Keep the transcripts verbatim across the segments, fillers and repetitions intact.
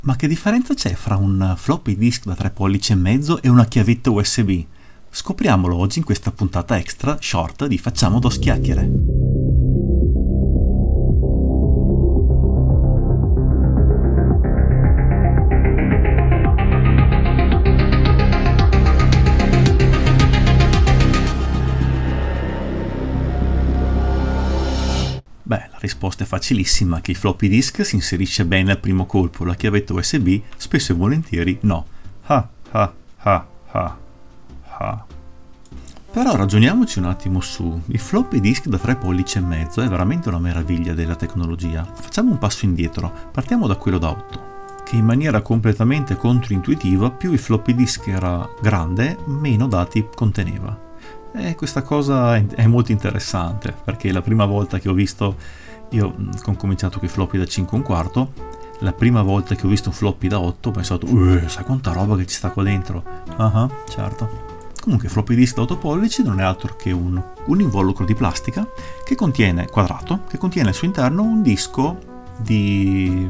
Ma che differenza c'è fra un floppy disk da tre pollici e mezzo e una chiavetta U S B? Scopriamolo oggi in questa puntata extra short di Facciamo dos chiacchiere. Beh, la risposta è facilissima, che il floppy disk si inserisce bene al primo colpo, la chiavetta U S B spesso e volentieri no. Ha ha ha ha ha. Però ragioniamoci un attimo su. Il floppy disk da tre pollici e mezzo è veramente una meraviglia della tecnologia. Facciamo un passo indietro, partiamo da quello da otto, che in maniera completamente controintuitiva più il floppy disk era grande, meno dati conteneva. E questa cosa è molto interessante, perché la prima volta che ho visto, io ho cominciato con i floppy da cinque e un quarto, la prima volta che ho visto un floppy da otto ho pensato, sai quanta roba che ci sta qua dentro? Ah, uh-huh, certo. Comunque il floppy disk da otto pollici non è altro che un, un involucro di plastica che contiene, quadrato, che contiene al suo interno un disco di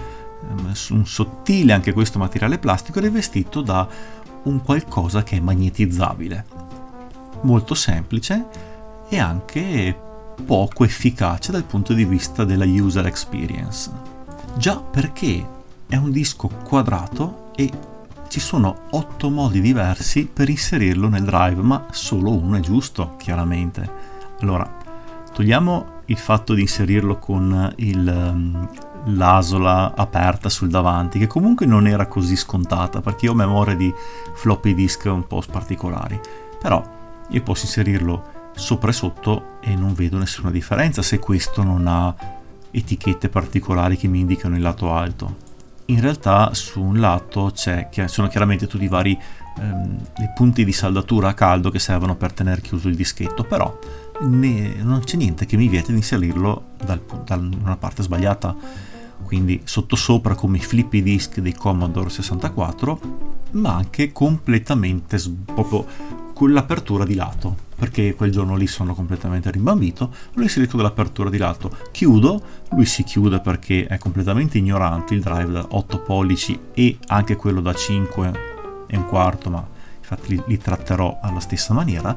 un sottile, anche questo materiale plastico, rivestito da un qualcosa che è magnetizzabile. Molto semplice e anche poco efficace dal punto di vista della user experience. Già perché è un disco quadrato e ci sono otto modi diversi per inserirlo nel drive, ma solo uno è giusto, chiaramente. Allora, togliamo il fatto di inserirlo con il, l'asola aperta sul davanti, che comunque non era così scontata, perché io ho memoria di floppy disk un po' particolari, però io posso inserirlo sopra e sotto e non vedo nessuna differenza se questo non ha etichette particolari che mi indicano il lato alto. In realtà su un lato c'è, sono chiaramente tutti i vari ehm, i punti di saldatura a caldo che servono per tenere chiuso il dischetto, però ne, non c'è niente che mi vieta di inserirlo dal, da una parte sbagliata, quindi sottosopra come i floppy disk dei Commodore sessantaquattro, ma anche completamente proprio con l'apertura di lato, perché quel giorno lì sono completamente rimbambito, lo inserisco dall'apertura di lato, chiudo, lui si chiude perché è completamente ignorante il drive da otto pollici e anche quello da cinque e un quarto, ma infatti li, li tratterò alla stessa maniera.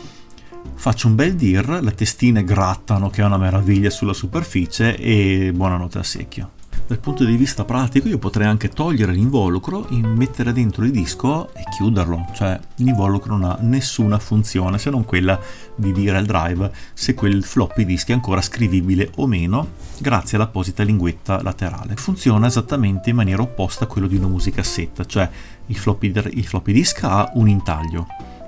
Faccio un bel dir, le testine grattano che è una meraviglia sulla superficie e buonanotte al secchio. Dal punto di vista pratico io potrei anche togliere l'involucro, mettere dentro il disco e chiuderlo, cioè l'involucro non ha nessuna funzione se non quella di dire al drive se quel floppy disk è ancora scrivibile o meno grazie all'apposita linguetta laterale. Funziona esattamente in maniera opposta a quello di una musicassetta, cioè il floppy, il floppy disk ha un intaglio.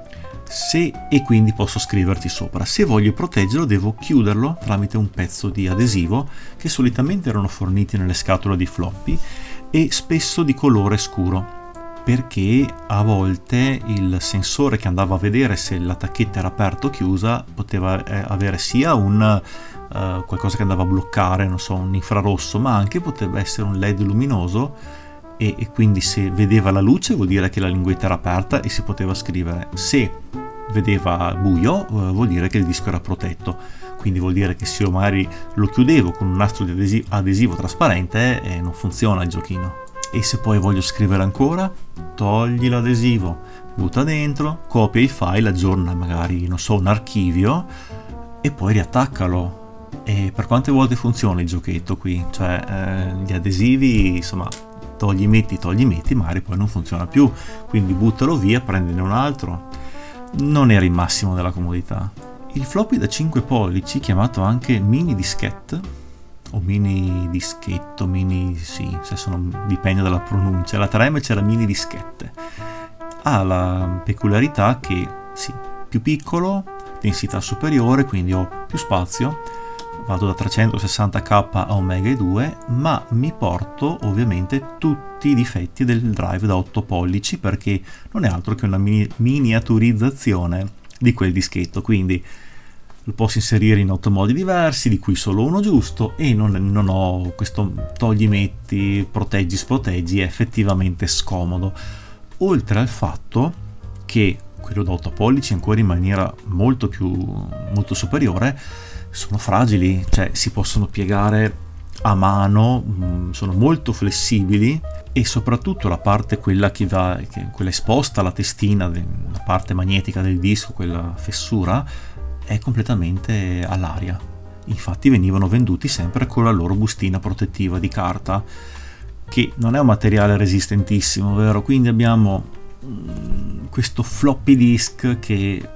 Se, e quindi posso scriverci sopra. Se voglio proteggerlo devo chiuderlo tramite un pezzo di adesivo che solitamente erano forniti nelle scatole di floppy e spesso di colore scuro, perché a volte il sensore che andava a vedere se la tacchetta era aperta o chiusa poteva avere sia un uh, qualcosa che andava a bloccare, non so, un infrarosso, ma anche poteva essere un led luminoso e, e quindi se vedeva la luce vuol dire che la linguetta era aperta e si poteva scrivere. Se vedeva buio uh, vuol dire che il disco era protetto, quindi vuol dire che se io magari lo chiudevo con un nastro di adesivo, adesivo trasparente e eh, non funziona il giochino. E se poi voglio scrivere ancora, togli l'adesivo, butta dentro, copia i file, aggiorna magari, non so, un archivio e poi riattaccalo. E per quante volte funziona il giochetto qui? Cioè eh, gli adesivi, insomma, togli metti, togli metti, magari poi non funziona più, quindi buttalo via, prendine un altro. Non era il massimo della comodità. Il floppy da cinque pollici, chiamato anche mini dischette o mini dischetto, mini sì, se sono, dipende dalla pronuncia, la tre M c'era mini dischette, ha la peculiarità che sì, più piccolo, densità superiore, quindi ho più spazio, vado da trecentosessanta k a un mega e due, ma mi porto ovviamente tutti i difetti del drive da otto pollici, perché non è altro che una mini- miniaturizzazione di quel dischetto, quindi lo posso inserire in otto modi diversi, di cui solo uno giusto, e non, non ho questo togli metti, proteggi sproteggi, è effettivamente scomodo, oltre al fatto che quello da otto pollici ancora in maniera molto più molto superiore sono fragili, cioè si possono piegare a mano, mh, sono molto flessibili, e soprattutto la parte quella che va, che, quella esposta alla testina, la parte magnetica del disco, quella fessura, è completamente all'aria. Infatti venivano venduti sempre con la loro bustina protettiva di carta, che non è un materiale resistentissimo, vero? Quindi abbiamo mh, questo floppy disk che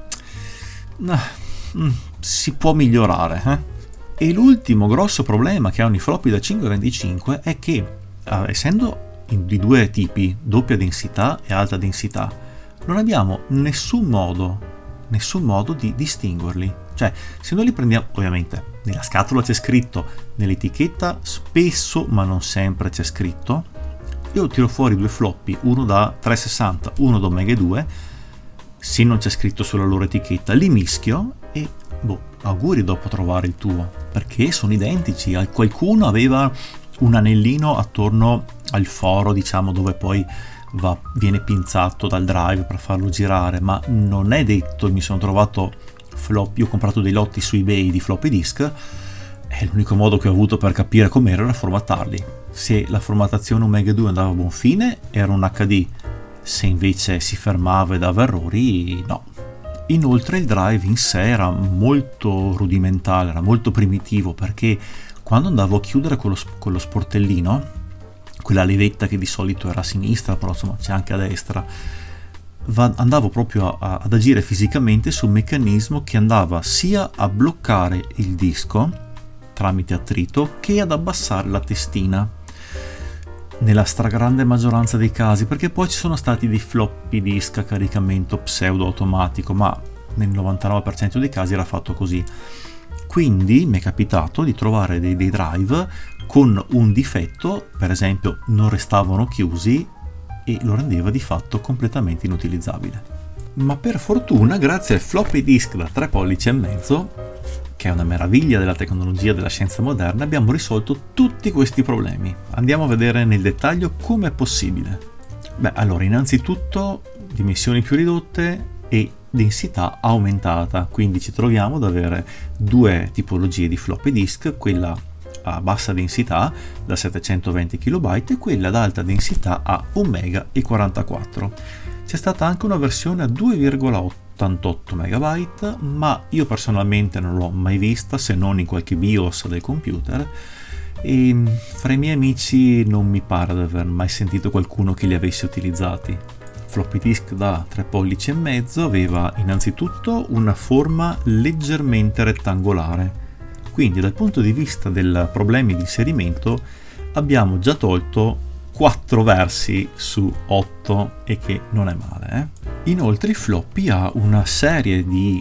uh, mh, si può migliorare, eh? E l'ultimo grosso problema che hanno i floppy da cinquecentoventicinque è che, uh, essendo di due tipi, doppia densità e alta densità, non abbiamo nessun modo, nessun modo di distinguerli. Cioè, se noi li prendiamo, ovviamente, nella scatola c'è scritto, nell'etichetta spesso, ma non sempre c'è scritto, io tiro fuori due floppy, uno da trecentosessanta, uno da Omega due, se non c'è scritto sulla loro etichetta, li mischio e, boh, auguri dopo trovare il tuo, perché sono identici. Qualcuno aveva un anellino attorno al foro, diciamo, dove poi va, viene pinzato dal drive per farlo girare, ma non è detto. Mi sono trovato floppy, ho comprato dei lotti su eBay di floppy disk, e l'unico modo che ho avuto per capire com'era era formattarli. Se la formattazione Omega due andava a buon fine era un acca di, se invece si fermava e dava errori, no. Inoltre il drive in sé era molto rudimentale, era molto primitivo, perché quando andavo a chiudere con lo, con lo sportellino, quella levetta che di solito era a sinistra, però insomma c'è anche a destra, va, andavo proprio a, a, ad agire fisicamente sul meccanismo che andava sia a bloccare il disco tramite attrito che ad abbassare la testina, nella stragrande maggioranza dei casi, perché poi ci sono stati dei floppy disk a caricamento pseudo automatico, ma nel novantanove per cento dei casi era fatto così. Quindi mi è capitato di trovare dei, dei drive con un difetto, per esempio non restavano chiusi, e lo rendeva di fatto completamente inutilizzabile. Ma per fortuna, grazie al floppy disk da tre pollici e mezzo, che è una meraviglia della tecnologia della scienza moderna, abbiamo risolto tutti questi problemi. Andiamo a vedere nel dettaglio come è possibile. Beh, allora, innanzitutto dimensioni più ridotte e densità aumentata, quindi ci troviamo ad avere due tipologie di floppy disk, quella a bassa densità da settecentoventi chilobyte e quella ad alta densità a un mega e quarantaquattro. C'è stata anche una versione a due virgola ottantotto megabyte, ma io personalmente non l'ho mai vista, se non in qualche BIOS del computer, e fra i miei amici non mi pare di aver mai sentito qualcuno che li avesse utilizzati. Floppy disk da tre pollici e mezzo aveva innanzitutto una forma leggermente rettangolare, quindi dal punto di vista dei problemi di inserimento abbiamo già tolto quattro versi su otto, e che non è male, eh? Inoltre il floppy ha una serie di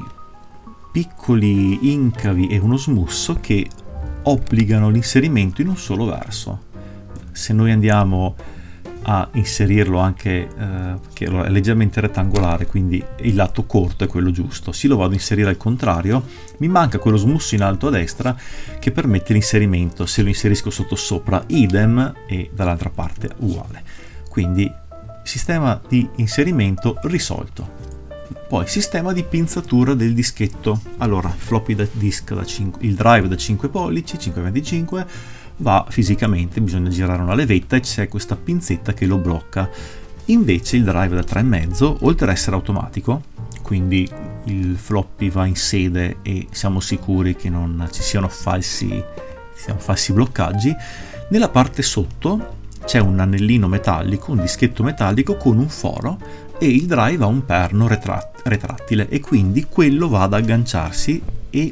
piccoli incavi e uno smusso che obbligano l'inserimento in un solo verso. Se noi andiamo a inserirlo anche, eh, che è leggermente rettangolare, quindi il lato corto è quello giusto, se lo vado a inserire al contrario mi manca quello smusso in alto a destra che permette l'inserimento. Se lo inserisco sotto sopra idem, e dall'altra parte uguale. Quindi sistema di inserimento risolto. Poi sistema di pinzatura del dischetto. Allora, floppy da disk da cinque, il drive da cinque pollici, cinquecentoventicinque, va fisicamente, bisogna girare una levetta e c'è questa pinzetta che lo blocca. Invece il drive da tre e mezzo, oltre ad essere automatico, quindi il floppy va in sede e siamo sicuri che non ci siano falsi, siano falsi bloccaggi, nella parte sotto c'è un anellino metallico, un dischetto metallico con un foro, e il drive ha un perno retratt- retrattile e quindi quello va ad agganciarsi, e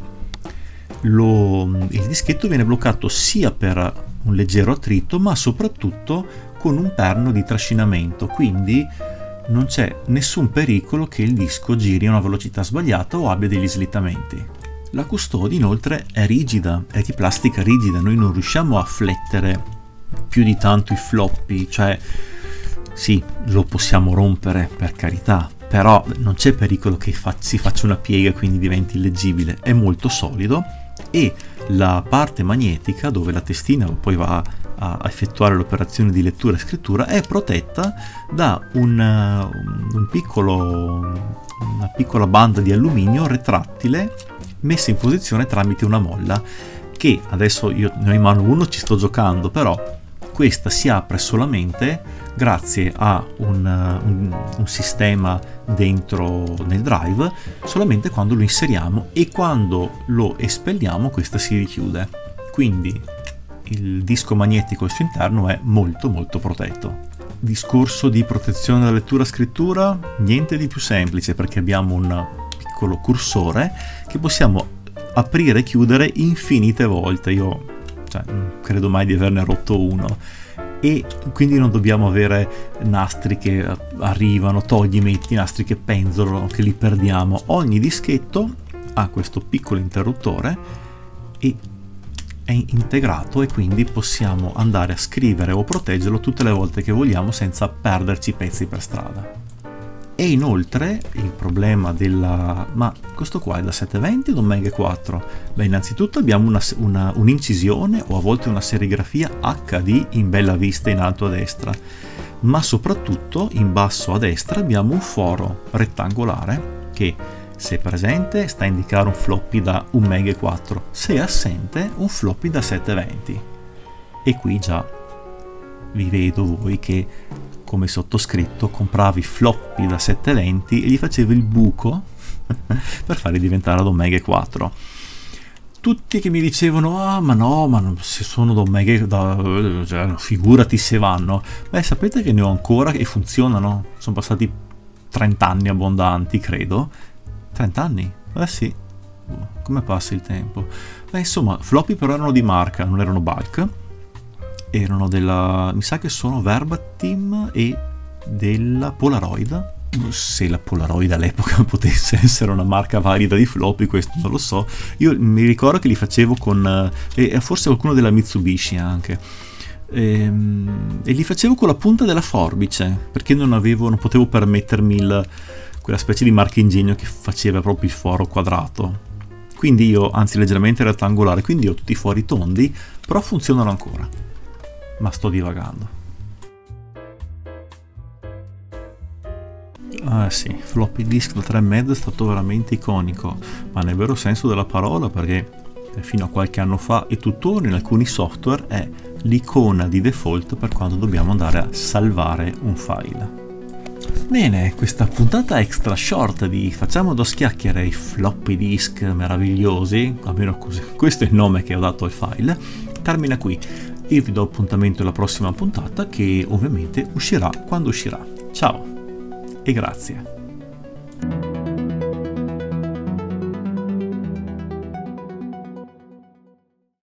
Lo, il dischetto viene bloccato sia per un leggero attrito, ma soprattutto con un perno di trascinamento, quindi non c'è nessun pericolo che il disco giri a una velocità sbagliata o abbia degli slittamenti. La custode inoltre è rigida, è di plastica rigida, noi non riusciamo a flettere più di tanto i floppy, cioè sì, lo possiamo rompere, per carità, però non c'è pericolo che fa- si faccia una piega e quindi diventi illeggibile, è molto solido. E la parte magnetica, dove la testina poi va a effettuare l'operazione di lettura e scrittura, è protetta da un, un piccolo, una piccola banda di alluminio retrattile messa in posizione tramite una molla, che che adesso io ne ho in mano uno, ci sto giocando, però questa si apre solamente grazie a un, un, un sistema dentro nel drive, solamente quando lo inseriamo, e quando lo espelliamo questa si richiude, quindi il disco magnetico al suo interno è molto molto protetto. Discorso di protezione della lettura-scrittura, niente di più semplice, perché abbiamo un piccolo cursore che possiamo aprire e chiudere infinite volte. Io cioè, non credo mai di averne rotto uno, e quindi non dobbiamo avere nastri che arrivano, togli, metti, nastri che penzolano, che li perdiamo. Ogni dischetto ha questo piccolo interruttore e è integrato, e quindi possiamo andare a scrivere o proteggerlo tutte le volte che vogliamo senza perderci pezzi per strada. E inoltre il problema della... ma questo qua è da settecentoventi o da un mega quattro? Beh, innanzitutto abbiamo una, una, un'incisione o a volte una serigrafia acca di in bella vista in alto a destra, ma soprattutto in basso a destra abbiamo un foro rettangolare che, se presente, sta a indicare un floppy da un mega quattro, se assente un floppy da settecentoventi. E qui già vi vedo voi che, come sottoscritto, compravi floppy da settecentoventi e gli facevi il buco per farli diventare da un mega quattro. Tutti che mi dicevano: ah, ma no, ma non, se sono da un mega da, cioè, figurati se vanno. Beh, sapete che ne ho ancora e funzionano. Sono passati trenta anni abbondanti, credo. trenta anni? Eh sì, come passa il tempo. Beh, insomma, floppy però erano di marca, non erano bulk, erano della, mi sa che sono Verbatim e della Polaroid. Se la Polaroid all'epoca potesse essere una marca valida di floppy, questo non lo so. Io mi ricordo che li facevo con e forse qualcuno della Mitsubishi anche, e, e li facevo con la punta della forbice, perché non avevo, non potevo permettermi il quella specie di marchingegno che faceva proprio il foro quadrato, quindi io, anzi leggermente rettangolare, quindi ho tutti i fori tondi, però funzionano ancora. Ma sto divagando. Ah sì, floppy disk da tre e mezzo è stato veramente iconico, ma nel vero senso della parola, perché fino a qualche anno fa e tuttora in alcuni software è l'icona di default per quando dobbiamo andare a salvare un file. Bene, questa puntata extra short di Facciamo dos chiacchiere, i floppy disk meravigliosi, almeno così, questo è il nome che ho dato al file, termina qui. Io vi do appuntamento alla prossima puntata, che ovviamente uscirà quando uscirà. Ciao e grazie.